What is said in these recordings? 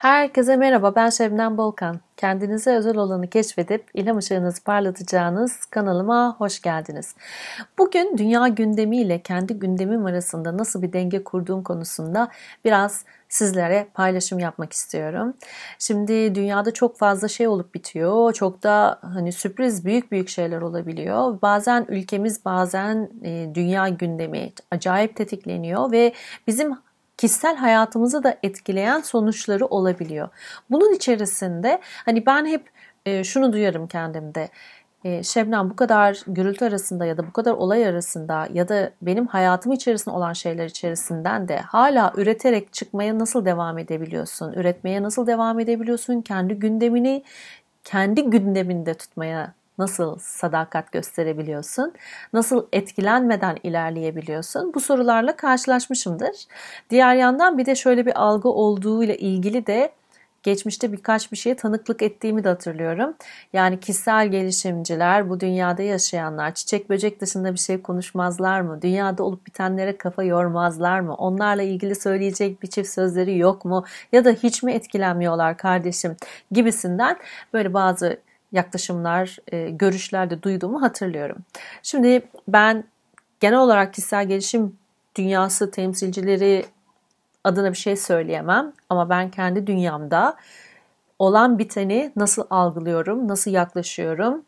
Herkese merhaba, ben Şebnem Bolkan. Kendinize özel olanı keşfedip ilham ışığınızı parlatacağınız kanalıma hoş geldiniz. Bugün dünya gündemiyle kendi gündemim arasında nasıl bir denge kurduğum konusunda biraz sizlere paylaşım yapmak istiyorum. Şimdi dünyada çok fazla şey olup bitiyor. Çok da sürpriz büyük şeyler olabiliyor. Bazen ülkemiz, bazen dünya gündemi acayip tetikleniyor ve bizim kişisel hayatımızı da etkileyen sonuçları olabiliyor. Bunun içerisinde ben hep şunu duyarım kendimde. Şebnem, bu kadar gürültü arasında ya da bu kadar olay arasında ya da benim hayatım içerisinde olan şeyler içerisinden de hala üreterek çıkmaya nasıl devam edebiliyorsun? Üretmeye nasıl devam edebiliyorsun? Kendi gündemini kendi gündeminde tutmaya nasıl sadakat gösterebiliyorsun? Nasıl etkilenmeden ilerleyebiliyorsun? Bu sorularla karşılaşmışımdır. Diğer yandan bir de şöyle bir algı olduğuyla ilgili de geçmişte birkaç bir şeye tanıklık ettiğimi de hatırlıyorum. Yani kişisel gelişimciler, bu dünyada yaşayanlar, çiçek böcek dışında bir şey konuşmazlar mı? Dünyada olup bitenlere kafa yormazlar mı? Onlarla ilgili söyleyecek bir çift sözleri yok mu? Ya da hiç mi etkilenmiyorlar kardeşim gibisinden böyle bazı yaklaşımlar, görüşler de duyduğumu hatırlıyorum. Şimdi ben genel olarak kişisel gelişim dünyası temsilcileri adına bir şey söyleyemem ama ben kendi dünyamda olan biteni nasıl algılıyorum, nasıl yaklaşıyorum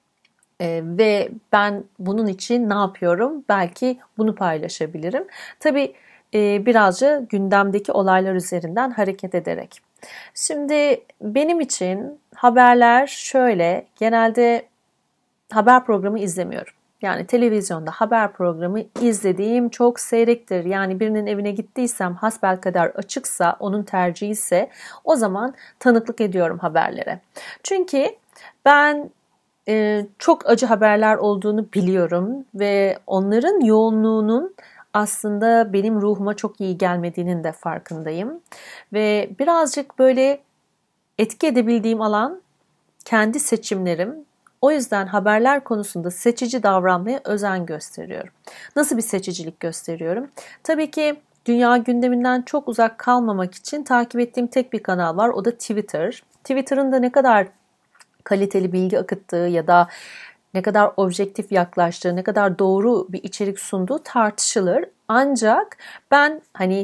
ve ben bunun için ne yapıyorum? Belki bunu paylaşabilirim. Tabii birazcık gündemdeki olaylar üzerinden hareket ederek. Şimdi benim için haberler şöyle, genelde haber programı izlemiyorum. Yani televizyonda haber programı izlediğim çok seyrektir. Yani birinin evine gittiysem hasbelkader açıksa, onun tercihi ise o zaman tanıklık ediyorum haberlere. Çünkü ben çok acı haberler olduğunu biliyorum ve onların yoğunluğunun aslında benim ruhuma çok iyi gelmediğinin de farkındayım. Ve birazcık böyle etki edebildiğim alan kendi seçimlerim. O yüzden haberler konusunda seçici davranmaya özen gösteriyorum. Nasıl bir seçicilik gösteriyorum? Tabii ki dünya gündeminden çok uzak kalmamak için takip ettiğim tek bir kanal var. O da Twitter. Twitter'ın da ne kadar kaliteli bilgi akıttığı ya da ne kadar objektif yaklaştığı, ne kadar doğru bir içerik sunduğu tartışılır. Ancak ben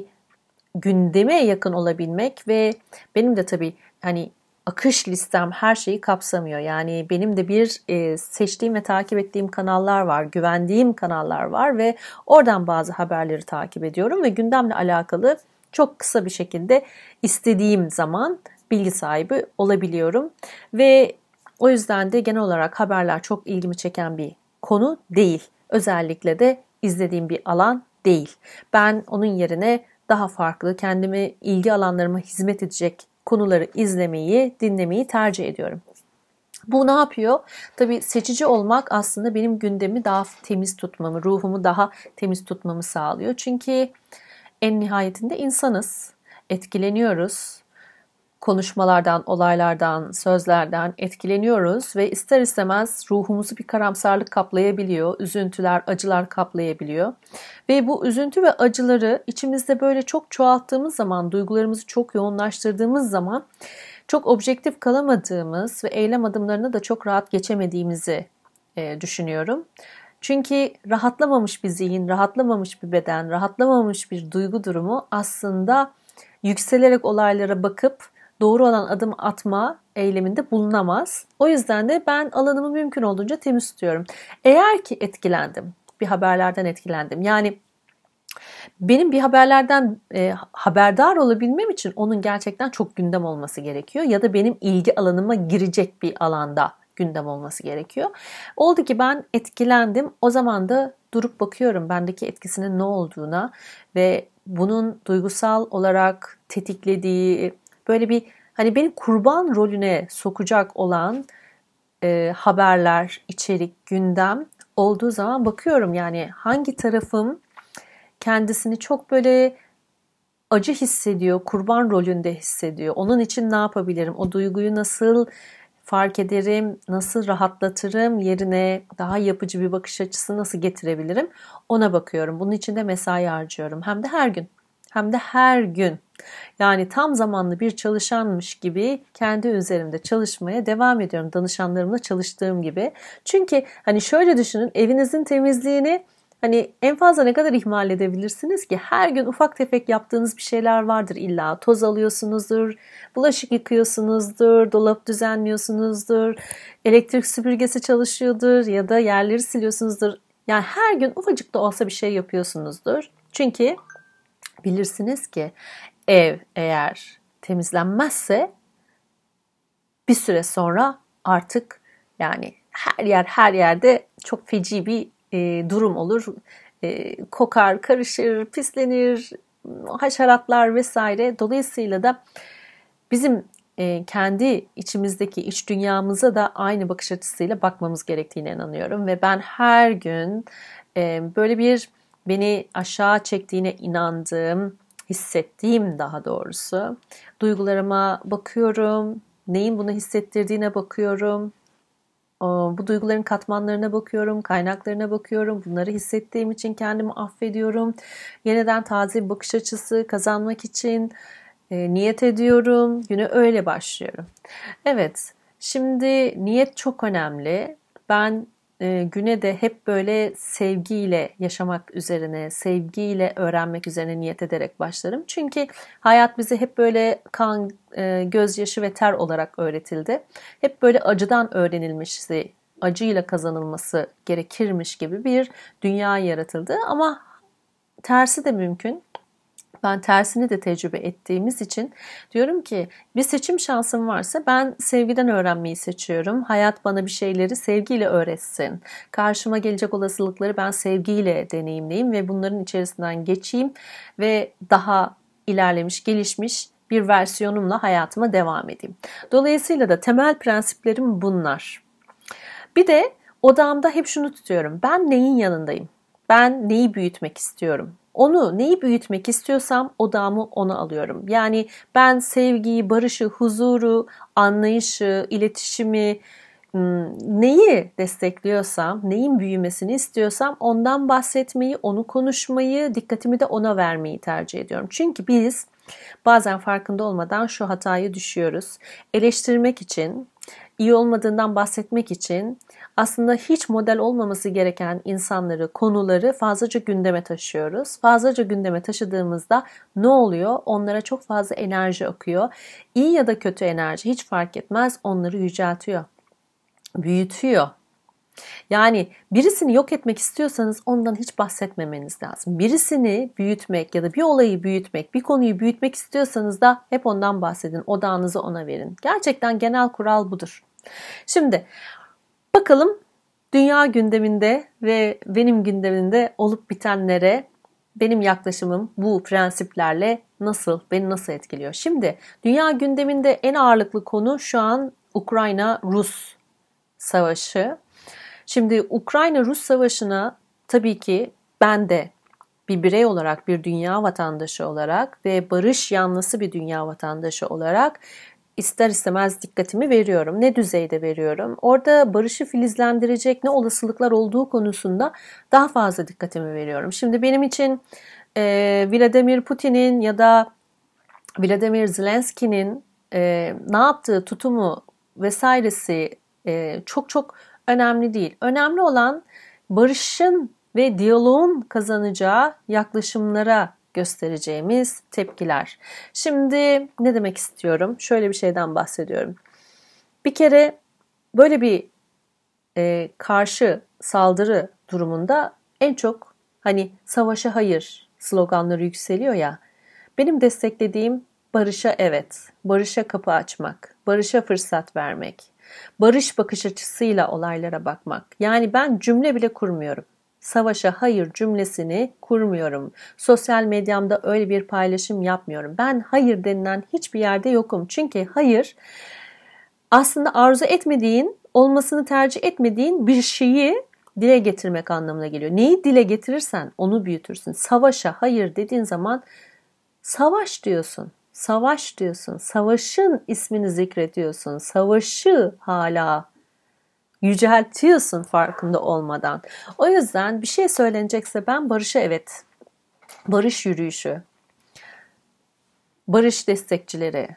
gündeme yakın olabilmek ve benim de tabii akış listem her şeyi kapsamıyor. Yani benim de bir seçtiğim ve takip ettiğim kanallar var, güvendiğim kanallar var ve oradan bazı haberleri takip ediyorum ve gündemle alakalı çok kısa bir şekilde istediğim zaman bilgi sahibi olabiliyorum ve o yüzden de genel olarak haberler çok ilgimi çeken bir konu değil. Özellikle de izlediğim bir alan değil. Ben onun yerine daha farklı, kendime, ilgi alanlarıma hizmet edecek konuları izlemeyi, dinlemeyi tercih ediyorum. Bu ne yapıyor? Tabii seçici olmak aslında benim gündemi daha temiz tutmamı, ruhumu daha temiz tutmamı sağlıyor. Çünkü en nihayetinde insanız, etkileniyoruz. Konuşmalardan, olaylardan, sözlerden etkileniyoruz ve ister istemez ruhumuzu bir karamsarlık kaplayabiliyor, üzüntüler, acılar kaplayabiliyor. Ve bu üzüntü ve acıları içimizde böyle çok çoğalttığımız zaman, duygularımızı çok yoğunlaştırdığımız zaman çok objektif kalamadığımız ve eylem adımlarına da çok rahat geçemediğimizi düşünüyorum. Çünkü rahatlamamış bir zihin, rahatlamamış bir beden, rahatlamamış bir duygu durumu aslında yükselerek olaylara bakıp doğru olan adım atma eyleminde bulunamaz. O yüzden de ben alanımı mümkün olduğunca temiz tutuyorum. Eğer ki etkilendim, bir haberlerden etkilendim. Yani benim bir haberlerden haberdar olabilmem için onun gerçekten çok gündem olması gerekiyor. Ya da benim ilgi alanıma girecek bir alanda gündem olması gerekiyor. Oldu ki ben etkilendim. O zaman da durup bakıyorum bendeki etkisinin ne olduğuna ve bunun duygusal olarak tetiklediği böyle bir beni kurban rolüne sokacak olan haberler, içerik, gündem olduğu zaman bakıyorum yani hangi tarafım kendisini çok böyle acı hissediyor, kurban rolünde hissediyor. Onun için ne yapabilirim? O duyguyu nasıl fark ederim? Nasıl rahatlatırım? Yerine daha yapıcı bir bakış açısı nasıl getirebilirim? Ona bakıyorum. Bunun için de mesai harcıyorum. Hem de her gün. Hem de her gün. Yani tam zamanlı bir çalışanmış gibi kendi üzerimde çalışmaya devam ediyorum. Danışanlarımla çalıştığım gibi. Çünkü hani şöyle düşünün, evinizin temizliğini hani en fazla ne kadar ihmal edebilirsiniz ki? Her gün ufak tefek yaptığınız bir şeyler vardır illa. Toz alıyorsunuzdur, bulaşık yıkıyorsunuzdur, dolap düzenliyorsunuzdur, elektrik süpürgesi çalışıyordur ya da yerleri siliyorsunuzdur. Yani her gün ufacık da olsa bir şey yapıyorsunuzdur. Çünkü bilirsiniz ki ev eğer temizlenmezse bir süre sonra artık yani her yerde çok feci bir durum olur. Kokar, karışır, pislenir, haşeratlar vesaire. Dolayısıyla da bizim kendi içimizdeki iç dünyamıza da aynı bakış açısıyla bakmamız gerektiğine inanıyorum. Ve ben her gün böyle bir beni aşağı çektiğine inandığım, hissettiğim daha doğrusu duygularıma bakıyorum. Neyin bunu hissettirdiğine bakıyorum. Bu duyguların katmanlarına bakıyorum, kaynaklarına bakıyorum. Bunları hissettiğim için kendimi affediyorum. Yeniden taze bir bakış açısı kazanmak için niyet ediyorum. Güne öyle başlıyorum. Evet, şimdi niyet çok önemli. Ben güne de hep böyle sevgiyle yaşamak üzerine, sevgiyle öğrenmek üzerine niyet ederek başlarım. Çünkü hayat bize hep böyle kan, gözyaşı ve ter olarak öğretildi. Hep böyle acıdan öğrenilmişti, acıyla kazanılması gerekirmiş gibi bir dünya yaratıldı. Ama tersi de mümkün. Ben tersini de tecrübe ettiğimiz için diyorum ki bir seçim şansım varsa ben sevgiden öğrenmeyi seçiyorum. Hayat bana bir şeyleri sevgiyle öğretsin. Karşıma gelecek olasılıkları ben sevgiyle deneyimleyeyim ve bunların içerisinden geçeyim ve daha ilerlemiş, gelişmiş bir versiyonumla hayatıma devam edeyim. Dolayısıyla da temel prensiplerim bunlar. Bir de odağımda hep şunu tutuyorum. Ben neyin yanındayım? Ben neyi büyütmek istiyorum? Neyi büyütmek istiyorsam odağımı ona alıyorum. Yani ben sevgiyi, barışı, huzuru, anlayışı, iletişimi, neyi destekliyorsam, neyin büyümesini istiyorsam ondan bahsetmeyi, onu konuşmayı, dikkatimi de ona vermeyi tercih ediyorum. Çünkü biz bazen farkında olmadan şu hatayı düşüyoruz. Eleştirmek için, iyi olmadığından bahsetmek için aslında hiç model olmaması gereken insanları, konuları fazlaca gündeme taşıyoruz. Fazlaca gündeme taşıdığımızda ne oluyor? Onlara çok fazla enerji akıyor. İyi ya da kötü enerji hiç fark etmez, onları yüceltiyor, büyütüyor. Yani birisini yok etmek istiyorsanız ondan hiç bahsetmemeniz lazım. Birisini büyütmek ya da bir olayı büyütmek, bir konuyu büyütmek istiyorsanız da hep ondan bahsedin. Odağınızı ona verin. Gerçekten genel kural budur. Şimdi bakalım dünya gündeminde ve benim gündemimde olup bitenlere benim yaklaşımım bu prensiplerle beni nasıl etkiliyor? Şimdi dünya gündeminde en ağırlıklı konu şu an Ukrayna-Rus savaşı. Şimdi Ukrayna-Rus savaşına tabii ki ben de bir birey olarak, bir dünya vatandaşı olarak ve barış yanlısı bir dünya vatandaşı olarak ister istemez dikkatimi veriyorum. Ne düzeyde veriyorum? Orada barışı filizlendirecek ne olasılıklar olduğu konusunda daha fazla dikkatimi veriyorum. Şimdi benim için Vladimir Putin'in ya da Vladimir Zelenski'nin ne yaptığı tutumu vesairesi çok çok önemli değil. Önemli olan barışın ve diyaloğun kazanacağı yaklaşımlara göstereceğimiz tepkiler. Şimdi ne demek istiyorum? Şöyle bir şeyden bahsediyorum. Bir kere böyle bir karşı saldırı durumunda en çok hani savaşa hayır sloganları yükseliyor ya. Benim desteklediğim barışa evet, barışa kapı açmak, barışa fırsat vermek, barış bakış açısıyla olaylara bakmak. Yani ben cümle bile kurmuyorum. Savaşa hayır cümlesini kurmuyorum. Sosyal medyamda öyle bir paylaşım yapmıyorum. Ben hayır denilen hiçbir yerde yokum. Çünkü hayır aslında arzu etmediğin, olmasını tercih etmediğin bir şeyi dile getirmek anlamına geliyor. Neyi dile getirirsen onu büyütürsün. Savaşa hayır dediğin zaman savaş diyorsun. Savaş diyorsun. Savaşın ismini zikrediyorsun. Savaşı hala yüceltiyorsun farkında olmadan. O yüzden bir şey söylenecekse ben barışa evet. Barış yürüyüşü. barış destekçileri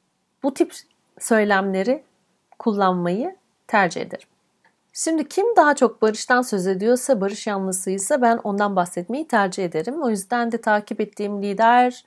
bu tip söylemleri kullanmayı tercih ederim. Şimdi kim daha çok barıştan söz ediyorsa, barış yanlısıysa ben ondan bahsetmeyi tercih ederim. O yüzden de takip ettiğim lider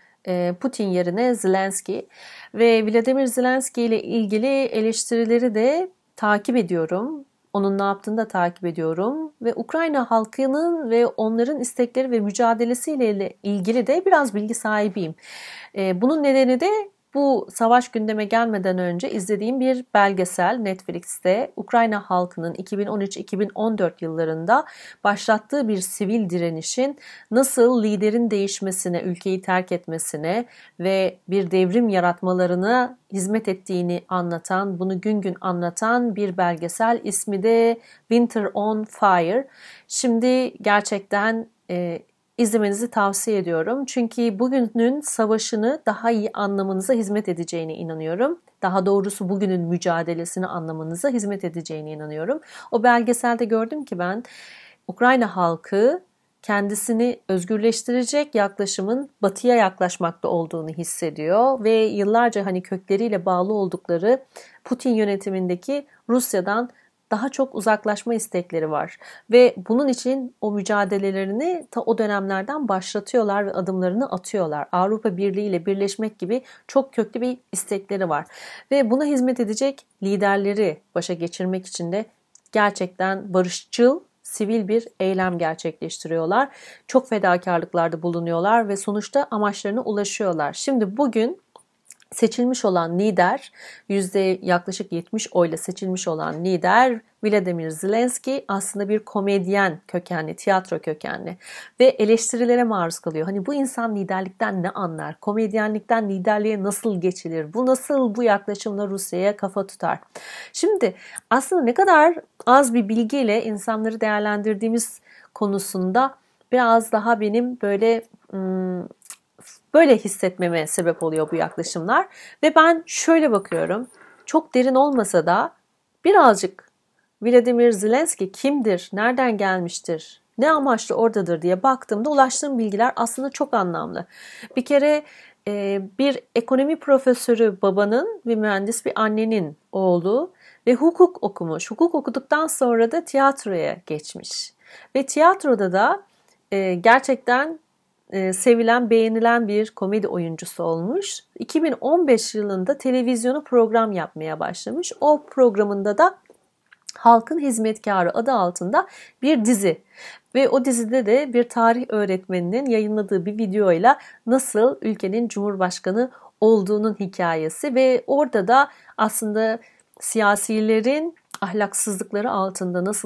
Putin yerine Zelenski ve Vladimir Zelenski ile ilgili eleştirileri de takip ediyorum. Onun ne yaptığını da takip ediyorum ve Ukrayna halkının ve onların istekleri ve mücadelesiyle ilgili de biraz bilgi sahibiyim. Bunun nedeni de bu savaş gündeme gelmeden önce izlediğim bir belgesel Netflix'te Ukrayna halkının 2013-2014 yıllarında başlattığı bir sivil direnişin nasıl liderin değişmesine, ülkeyi terk etmesine ve bir devrim yaratmalarına hizmet ettiğini anlatan, bunu gün gün anlatan bir belgesel. İsmi de Winter on Fire. Şimdi gerçekten İzlemenizi tavsiye ediyorum. Çünkü bugünün savaşını daha iyi anlamanıza hizmet edeceğine inanıyorum. Daha doğrusu bugünün mücadelesini anlamanıza hizmet edeceğine inanıyorum. O belgeselde gördüm ki ben Ukrayna halkı kendisini özgürleştirecek yaklaşımın batıya yaklaşmakta olduğunu hissediyor ve yıllarca hani kökleriyle bağlı oldukları Putin yönetimindeki Rusya'dan daha çok uzaklaşma istekleri var. Ve bunun için o mücadelelerini ta o dönemlerden başlatıyorlar ve adımlarını atıyorlar. Avrupa Birliği ile birleşmek gibi çok köklü bir istekleri var. Ve buna hizmet edecek liderleri başa geçirmek için de gerçekten barışçıl, sivil bir eylem gerçekleştiriyorlar. Çok fedakarlıklarda bulunuyorlar ve sonuçta amaçlarına ulaşıyorlar. Şimdi bugün seçilmiş olan lider, yaklaşık 70 oyla seçilmiş olan lider Vladimir Zelenski aslında bir komedyen kökenli, tiyatro kökenli ve eleştirilere maruz kalıyor. Hani bu insan liderlikten ne anlar? Komedyenlikten liderliğe nasıl geçilir? Bu nasıl bu yaklaşımla Rusya'ya kafa tutar? Şimdi aslında ne kadar az bir bilgiyle insanları değerlendirdiğimiz konusunda biraz daha benim böyle hissetmeme sebep oluyor bu yaklaşımlar. Ve ben şöyle bakıyorum. Çok derin olmasa da birazcık Vladimir Zelenski kimdir, nereden gelmiştir, ne amaçla oradadır diye baktığımda ulaştığım bilgiler aslında çok anlamlı. Bir kere bir ekonomi profesörü babanın ve mühendis bir annenin oğlu ve hukuk okumuş. Hukuk okuduktan sonra da tiyatroya geçmiş. Ve tiyatroda da gerçekten sevilen, beğenilen bir komedi oyuncusu olmuş. 2015 yılında televizyonu program yapmaya başlamış. O programında da Halkın Hizmetkarı adı altında bir dizi. Ve o dizide de bir tarih öğretmeninin yayınladığı bir videoyla nasıl ülkenin cumhurbaşkanı olduğunun hikayesi ve orada da aslında siyasilerin ahlaksızlıkları altında nasıl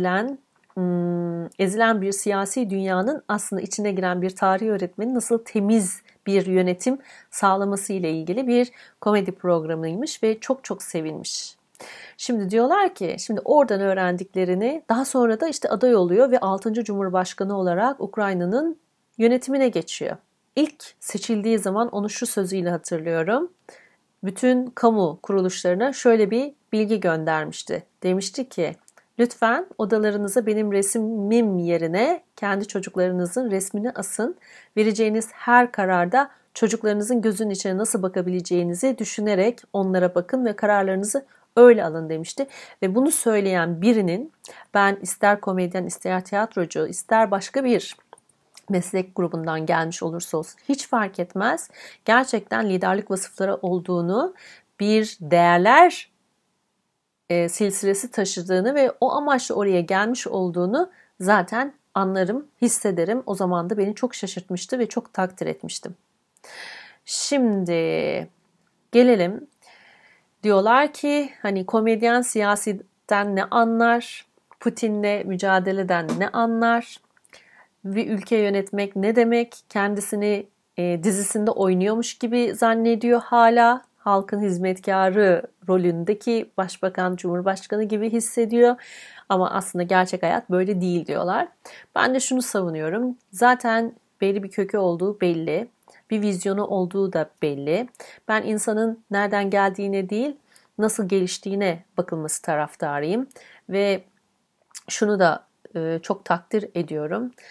ezilen bir siyasi dünyanın aslında içine giren bir tarih öğretmeni nasıl temiz bir yönetim sağlaması ile ilgili bir komedi programıymış ve çok çok sevilmiş. Şimdi diyorlar ki şimdi oradan öğrendiklerini daha sonra da işte aday oluyor ve 6. Cumhurbaşkanı olarak Ukrayna'nın yönetimine geçiyor. İlk seçildiği zaman onu şu sözüyle hatırlıyorum. Bütün kamu kuruluşlarına şöyle bir bilgi göndermişti. Demişti ki lütfen odalarınıza benim resmim yerine kendi çocuklarınızın resmini asın. Vereceğiniz her kararda çocuklarınızın gözünün içine nasıl bakabileceğinizi düşünerek onlara bakın ve kararlarınızı öyle alın demişti. Ve bunu söyleyen birinin ben ister komedyen, ister tiyatrocu, ister başka bir meslek grubundan gelmiş olursa olsun hiç fark etmez. Gerçekten liderlik vasıfları olduğunu, bir değerler silsilesi taşıdığını ve o amaçla oraya gelmiş olduğunu zaten anlarım, hissederim. O zaman da beni çok şaşırtmıştı ve çok takdir etmiştim. Şimdi gelelim. Diyorlar ki hani komedyen siyasiden ne anlar? Putin'le mücadeleden ne anlar? Bir ülke yönetmek ne demek? Kendisini dizisinde oynuyormuş gibi zannediyor hala. Halkın hizmetkarı rolündeki başbakan, cumhurbaşkanı gibi hissediyor. Ama aslında gerçek hayat böyle değil diyorlar. Ben de şunu savunuyorum. Zaten belli bir kökü olduğu belli. Bir vizyonu olduğu da belli. Ben insanın nereden geldiğine değil, nasıl geliştiğine bakılması taraftarıyım. Ve şunu da çok takdir ediyorum.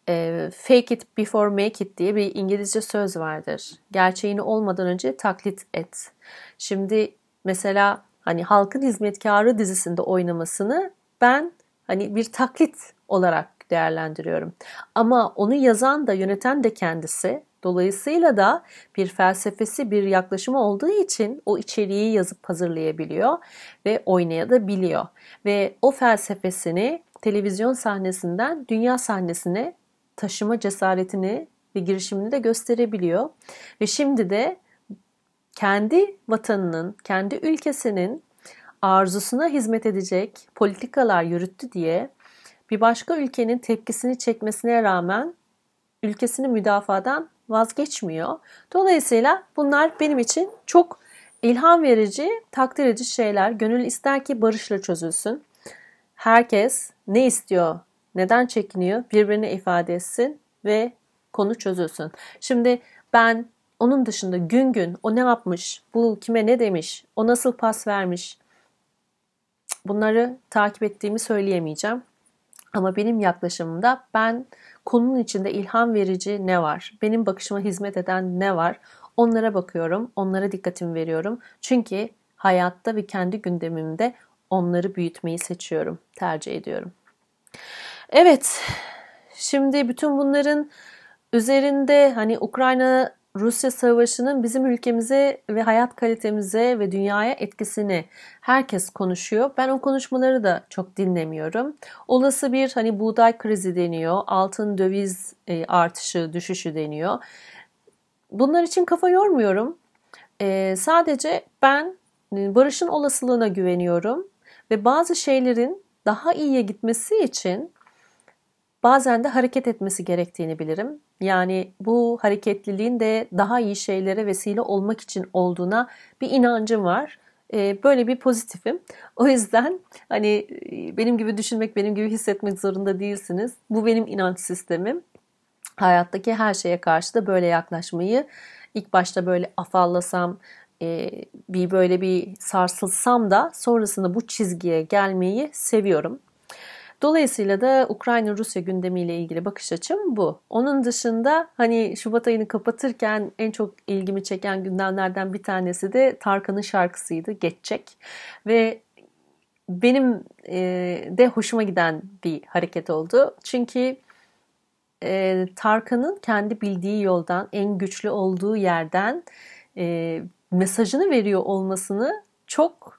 Fake it before make it diye bir İngilizce söz vardır. Gerçeğini olmadan önce taklit et. Şimdi mesela hani Halkın Hizmetkarı dizisinde oynamasını ben hani bir taklit olarak değerlendiriyorum. Ama onu yazan da yöneten de kendisi. Dolayısıyla da bir felsefesi, bir yaklaşımı olduğu için o içeriği yazıp hazırlayabiliyor ve oynayabiliyor. Ve o felsefesini televizyon sahnesinden dünya sahnesine taşıma cesaretini ve girişimini de gösterebiliyor. Ve şimdi de kendi vatanının, kendi ülkesinin arzusuna hizmet edecek politikalar yürüttü diye bir başka ülkenin tepkisini çekmesine rağmen ülkesini müdafadan vazgeçmiyor. Dolayısıyla bunlar benim için çok ilham verici, takdir edici şeyler. Gönül ister ki barışla çözülsün. Herkes ne istiyor, neden çekiniyor birbirine ifade etsin ve konu çözülsün. Şimdi ben onun dışında gün gün o ne yapmış, bu kime ne demiş, o nasıl pas vermiş bunları takip ettiğimi söyleyemeyeceğim. Ama benim yaklaşımımda ben konunun içinde ilham verici ne var, benim bakışıma hizmet eden ne var onlara bakıyorum, onlara dikkatimi veriyorum. Çünkü hayatta ve kendi gündemimde onları büyütmeyi seçiyorum, tercih ediyorum. Evet, şimdi bütün bunların üzerinde hani Ukrayna-Rusya savaşının bizim ülkemize ve hayat kalitemize ve dünyaya etkisini herkes konuşuyor. Ben o konuşmaları da çok dinlemiyorum. Olası bir hani buğday krizi deniyor, altın döviz artışı, düşüşü deniyor. Bunlar için kafa yormuyorum. Sadece ben barışın olasılığına güveniyorum ve bazı şeylerin daha iyiye gitmesi için bazen de hareket etmesi gerektiğini bilirim. Yani bu hareketliliğin de daha iyi şeylere vesile olmak için olduğuna bir inancım var. Böyle bir pozitifim. O yüzden hani benim gibi düşünmek, benim gibi hissetmek zorunda değilsiniz. Bu benim inanç sistemim. Hayattaki her şeye karşı da böyle yaklaşmayı, ilk başta böyle afallasam, böyle bir sarsılsam da sonrasında bu çizgiye gelmeyi seviyorum. Dolayısıyla da Ukrayna-Rusya gündemiyle ilgili bakış açım bu. Onun dışında hani Şubat ayını kapatırken en çok ilgimi çeken gündemlerden bir tanesi de Tarkan'ın şarkısıydı Geçecek. Ve benim de hoşuma giden bir hareket oldu. Çünkü Tarkan'ın kendi bildiği yoldan, en güçlü olduğu yerden mesajını veriyor olmasını çok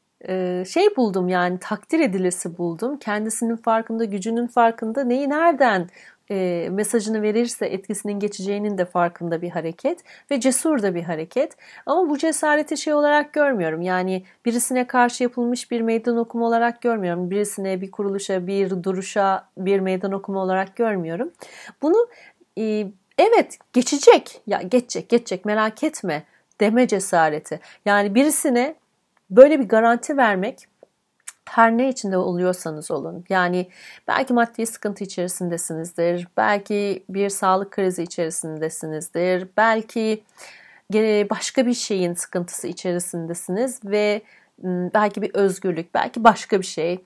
buldum, yani takdir edilesi buldum. Kendisinin farkında, gücünün farkında, neyi nereden mesajını verirse etkisinin geçeceğinin de farkında bir hareket ve cesur da bir hareket. Ama bu cesareti olarak görmüyorum. Yani birisine karşı yapılmış bir meydan okuma olarak görmüyorum. Birisine, bir kuruluşa, bir duruşa bir meydan okuma olarak görmüyorum. Bunu evet geçecek, ya geçecek merak etme deme cesareti. Yani birisine böyle bir garanti vermek, her ne içinde oluyorsanız olun. Yani belki maddi sıkıntı içerisindesinizdir. Belki bir sağlık krizi içerisindesinizdir. Belki başka bir şeyin sıkıntısı içerisindesiniz ve belki bir özgürlük, belki başka bir şey.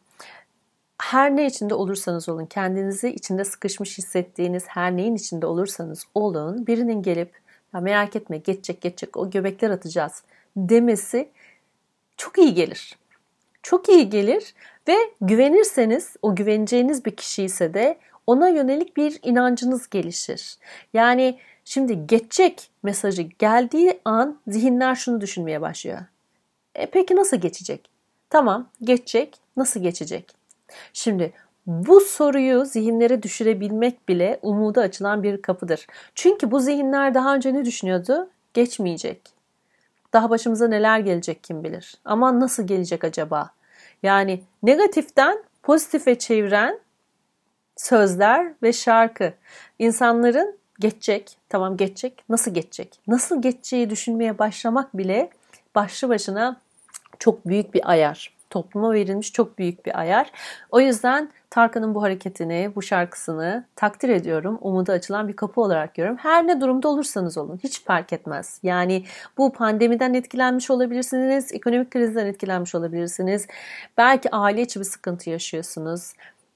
Her ne içinde olursanız olun, kendinizi içinde sıkışmış hissettiğiniz her neyin içinde olursanız olun, birinin gelip ya merak etme geçecek o göbekler atacağız demesi çok iyi gelir. Çok iyi gelir ve güvenirseniz, o güveneceğiniz bir kişi ise de ona yönelik bir inancınız gelişir. Yani şimdi geçecek mesajı geldiği an zihinler şunu düşünmeye başlıyor. Peki nasıl geçecek? Tamam, geçecek. Nasıl geçecek? Şimdi bu soruyu zihinlere düşürebilmek bile umuda açılan bir kapıdır. Çünkü bu zihinler daha önce ne düşünüyordu? Geçmeyecek. Daha başımıza neler gelecek kim bilir. Aman nasıl gelecek acaba? Yani negatiften pozitife çeviren sözler ve şarkı. İnsanların geçecek, tamam geçecek, nasıl geçecek? Nasıl geçeceği düşünmeye başlamak bile başlı başına çok büyük bir ayar. Topluma verilmiş çok büyük bir ayar. O yüzden Tarkan'ın bu hareketini, bu şarkısını takdir ediyorum. Umuda açılan bir kapı olarak görüyorum. Her ne durumda olursanız olun, hiç fark etmez. Yani bu pandemiden etkilenmiş olabilirsiniz, ekonomik krizden etkilenmiş olabilirsiniz. Belki aile içi bir sıkıntı yaşıyorsunuz.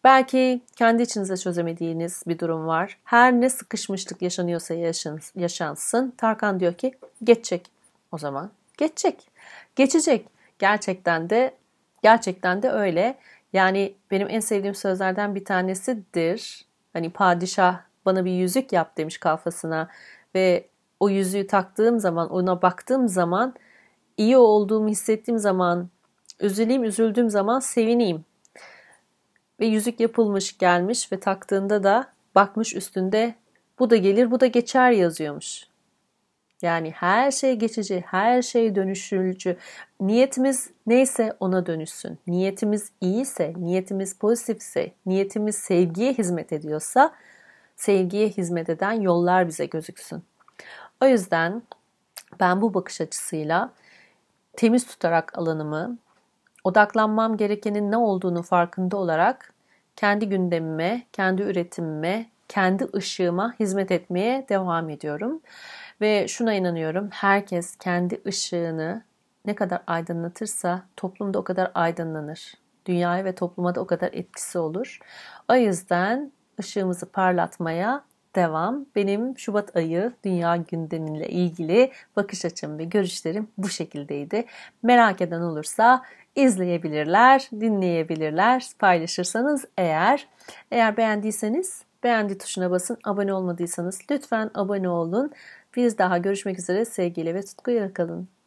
Belki kendi içinize çözemediğiniz bir durum var. Her ne sıkışmışlık yaşanıyorsa yaşansın. Tarkan diyor ki geçecek. O zaman geçecek. Geçecek. Gerçekten de öyle. Yani benim en sevdiğim sözlerden bir tanesidir. Hani padişah bana bir yüzük yap demiş kafasına ve o yüzüğü taktığım zaman, ona baktığım zaman, iyi olduğumu hissettiğim zaman, üzüldüğüm zaman sevineyim. Ve yüzük yapılmış, gelmiş ve taktığında da bakmış üstünde bu da gelir, bu da geçer yazıyormuş. Yani her şey geçici, her şey dönüşümcü. Niyetimiz neyse ona dönüşsün. Niyetimiz iyiyse, niyetimiz pozitifse, niyetimiz sevgiye hizmet ediyorsa, sevgiye hizmet eden yollar bize gözüksün. O yüzden ben bu bakış açısıyla temiz tutarak alanımı, odaklanmam gerekenin ne olduğunu farkında olarak kendi gündemime, kendi üretimime, kendi ışığıma hizmet etmeye devam ediyorum. Ve şuna inanıyorum, herkes kendi ışığını ne kadar aydınlatırsa toplumda o kadar aydınlanır. Dünyaya ve topluma da o kadar etkisi olur. O yüzden ışığımızı parlatmaya devam. Benim Şubat ayı dünya gündemiyle ilgili bakış açım ve görüşlerim bu şekildeydi. Merak eden olursa izleyebilirler, dinleyebilirler. Paylaşırsanız eğer beğendiyseniz beğendi tuşuna basın. Abone olmadıysanız lütfen abone olun. Biz daha görüşmek üzere. Sevgiyle ve tutkuyla kalın.